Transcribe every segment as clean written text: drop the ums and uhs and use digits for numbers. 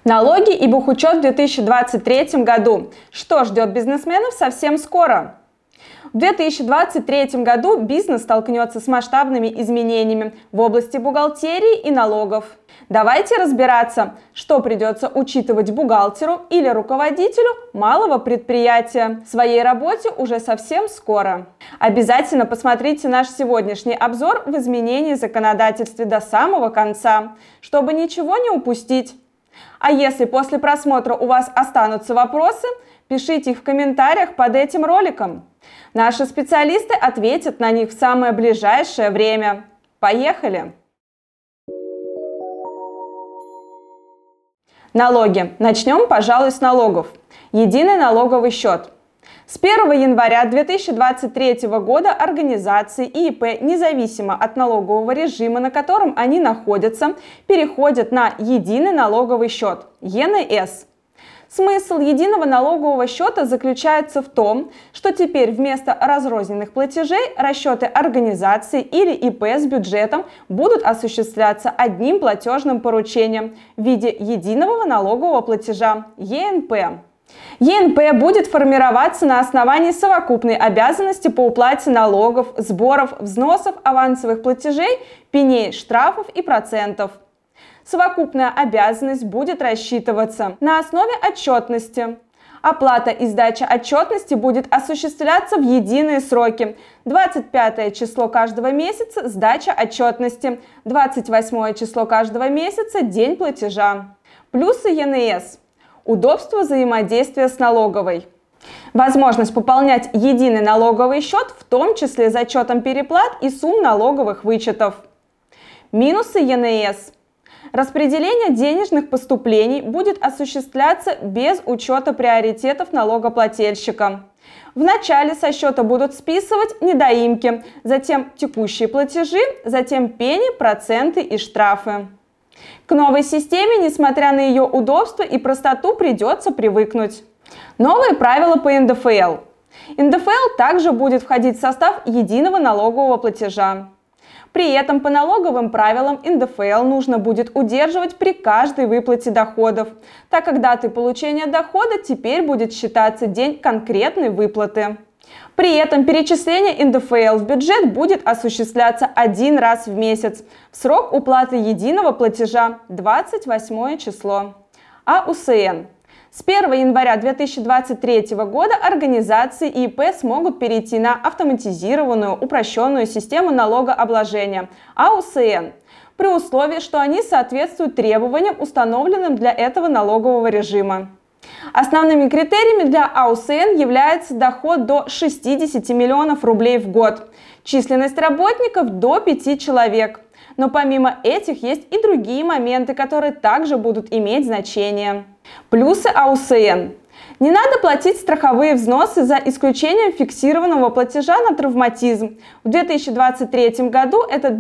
Налоги и бухучет в 2023 году. Что ждет бизнесменов совсем скоро? В 2023 году бизнес столкнется с масштабными изменениями в области бухгалтерии и налогов. Давайте разбираться, что придется учитывать бухгалтеру или руководителю малого предприятия в своей работе уже совсем скоро. Обязательно посмотрите наш сегодняшний обзор в изменении законодательства до самого конца, чтобы ничего не упустить. А если после просмотра у вас останутся вопросы, пишите их в комментариях под этим роликом. Наши специалисты ответят на них в самое ближайшее время. Поехали! Налоги. Начнем, пожалуй, с налогов. Единый налоговый счет. С 1 января 2023 года организации и ИП, независимо от налогового режима, на котором они находятся, переходят на единый налоговый счет – ЕНС. Смысл единого налогового счета заключается в том, что теперь вместо разрозненных платежей расчеты организации или ИП с бюджетом будут осуществляться одним платежным поручением в виде единого налогового платежа – ЕНП. ЕНП будет формироваться на основании совокупной обязанности по уплате налогов, сборов, взносов, авансовых платежей, пеней, штрафов и процентов. Совокупная обязанность будет рассчитываться на основе отчетности. Оплата и сдача отчетности будет осуществляться в единые сроки. 25 число каждого месяца – сдача отчетности, 28 число каждого месяца – день платежа. Плюсы ЕНС. Удобство взаимодействия с налоговой. Возможность пополнять единый налоговый счет, в том числе с учетом переплат и сумм налоговых вычетов. Минусы ЕНС. Распределение денежных поступлений будет осуществляться без учета приоритетов налогоплательщика. Вначале со счета будут списывать недоимки, затем текущие платежи, затем пени, проценты и штрафы. К новой системе, несмотря на ее удобство и простоту, придется привыкнуть. Новые правила по НДФЛ. НДФЛ также будет входить в состав единого налогового платежа. При этом по налоговым правилам НДФЛ нужно будет удерживать при каждой выплате доходов, так как датой получения дохода теперь будет считаться день конкретной выплаты. При этом перечисление НДФЛ в бюджет будет осуществляться один раз в месяц, в срок уплаты единого платежа – 28 число. АУСН. С 1 января 2023 года организации и ИП смогут перейти на автоматизированную упрощенную систему налогообложения – АУСН, при условии, что они соответствуют требованиям, установленным для этого налогового режима. Основными критериями для АУСН является доход до 60 миллионов рублей в год, численность работников до 5 человек. Но помимо этих есть и другие моменты, которые также будут иметь значение. Плюсы АУСН. Не надо платить страховые взносы за исключением фиксированного платежа на травматизм. В 2023 году это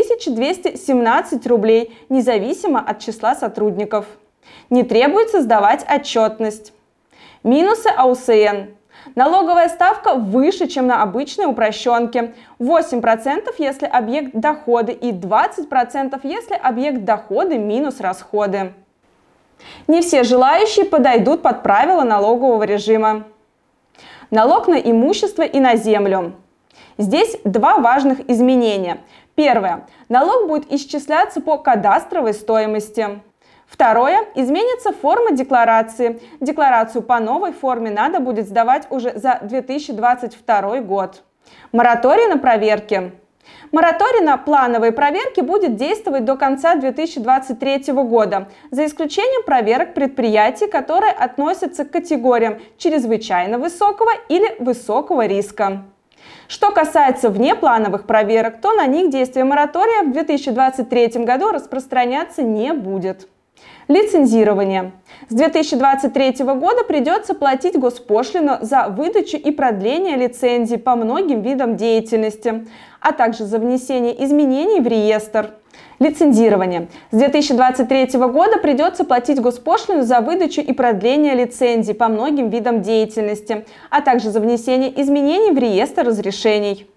2217 рублей, независимо от числа сотрудников. Не требуется сдавать отчетность. Минусы АУСН. Налоговая ставка выше, чем на обычной упрощенке. 8%, если объект доходы, и 20%, если объект доходы минус расходы. Не все желающие подойдут под правила налогового режима. Налог на имущество и на землю. Здесь два важных изменения. Первое. Налог будет исчисляться по кадастровой стоимости. Второе. Изменится форма декларации. Декларацию по новой форме надо будет сдавать уже за 2022 год. Мораторий на проверки. Мораторий на плановые проверки будет действовать до конца 2023 года, за исключением проверок предприятий, которые относятся к категориям чрезвычайно высокого или высокого риска. Что касается внеплановых проверок, то на них действие моратория в 2023 году распространяться не будет. Лицензирование. С 2023 года придется платить госпошлину за выдачу и продление лицензий по многим видам деятельности, а также за внесение изменений в реестр. Лицензирование. С 2023 года придется платить госпошлину за выдачу и продление лицензий по многим видам деятельности, а также за внесение изменений в реестр разрешений.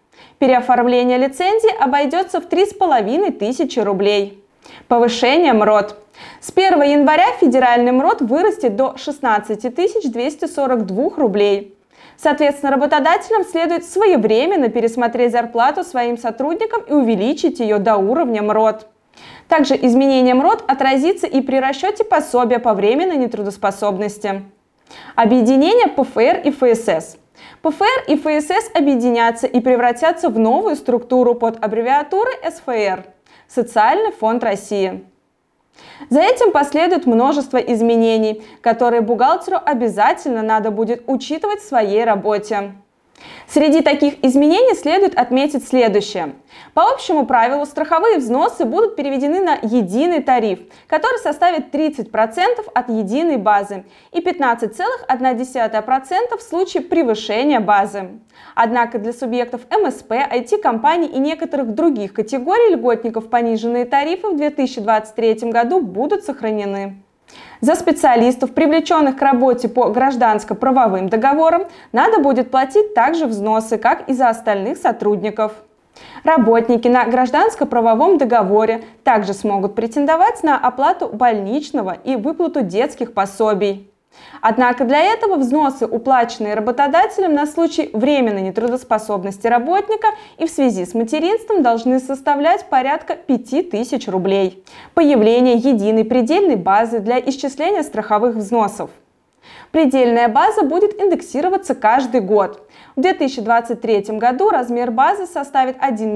Переоформление лицензии обойдется в 3500 рублей. Повышение МРОТ. С 1 января федеральный МРОТ вырастет до 16 242 рублей. Соответственно, работодателям следует своевременно пересмотреть зарплату своим сотрудникам и увеличить ее до уровня МРОТ. Также изменение МРОТ отразится и при расчете пособия по временной нетрудоспособности. Объединение ПФР и ФСС. ПФР и ФСС объединятся и превратятся в новую структуру под аббревиатурой СФР – Социальный фонд России. За этим последует множество изменений, которые бухгалтеру обязательно надо будет учитывать в своей работе. Среди таких изменений следует отметить следующее. По общему правилу страховые взносы будут переведены на единый тариф, который составит 30% от единой базы и 15,1% в случае превышения базы. Однако для субъектов МСП, IT-компаний и некоторых других категорий льготников пониженные тарифы в 2023 году будут сохранены. За специалистов, привлеченных к работе по гражданско-правовым договорам, надо будет платить также взносы, как и за остальных сотрудников. Работники на гражданско-правовом договоре также смогут претендовать на оплату больничного и выплату детских пособий. Однако для этого взносы, уплаченные работодателем на случай временной нетрудоспособности работника и в связи с материнством, должны составлять порядка 5000 рублей. Появление единой предельной базы для исчисления страховых взносов. Предельная база будет индексироваться каждый год. В 2023 году размер базы составит 1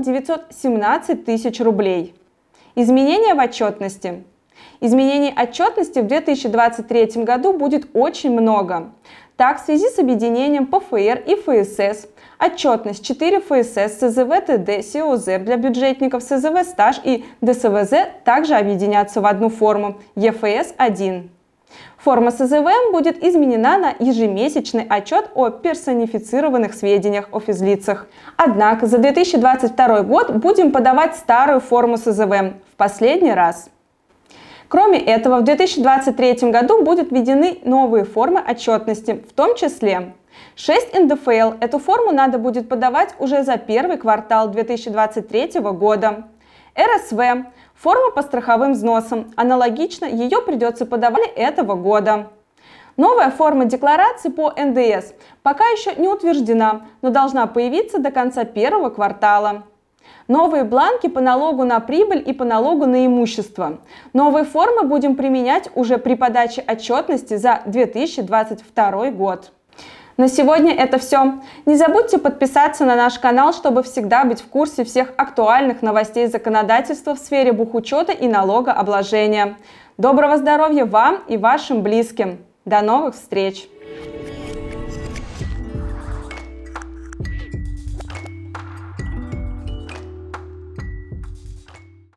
917 000 рублей. Изменения в отчетности. Изменений отчетности в 2023 году будет очень много. Так, в связи с объединением ПФР и ФСС, отчетность 4 ФСС, СЗВ, ТД, СОЗ для бюджетников СЗВ стаж и ДСВЗ также объединятся в одну форму – ЕФС-1. Форма СЗВ будет изменена на ежемесячный отчет о персонифицированных сведениях о физлицах. Однако за 2022 год будем подавать старую форму СЗВ в последний раз. Кроме этого, в 2023 году будут введены новые формы отчетности, в том числе 6 НДФЛ. Эту форму надо будет подавать уже за первый квартал 2023 года. РСВ – форма по страховым взносам. Аналогично ее придется подавать этого года. Новая форма декларации по НДС пока еще не утверждена, но должна появиться до конца первого квартала. Новые бланки по налогу на прибыль и по налогу на имущество. Новые формы будем применять уже при подаче отчетности за 2022 год. На сегодня это все. Не забудьте подписаться на наш канал, чтобы всегда быть в курсе всех актуальных новостей законодательства в сфере бухучета и налогообложения. Доброго здоровья вам и вашим близким. До новых встреч!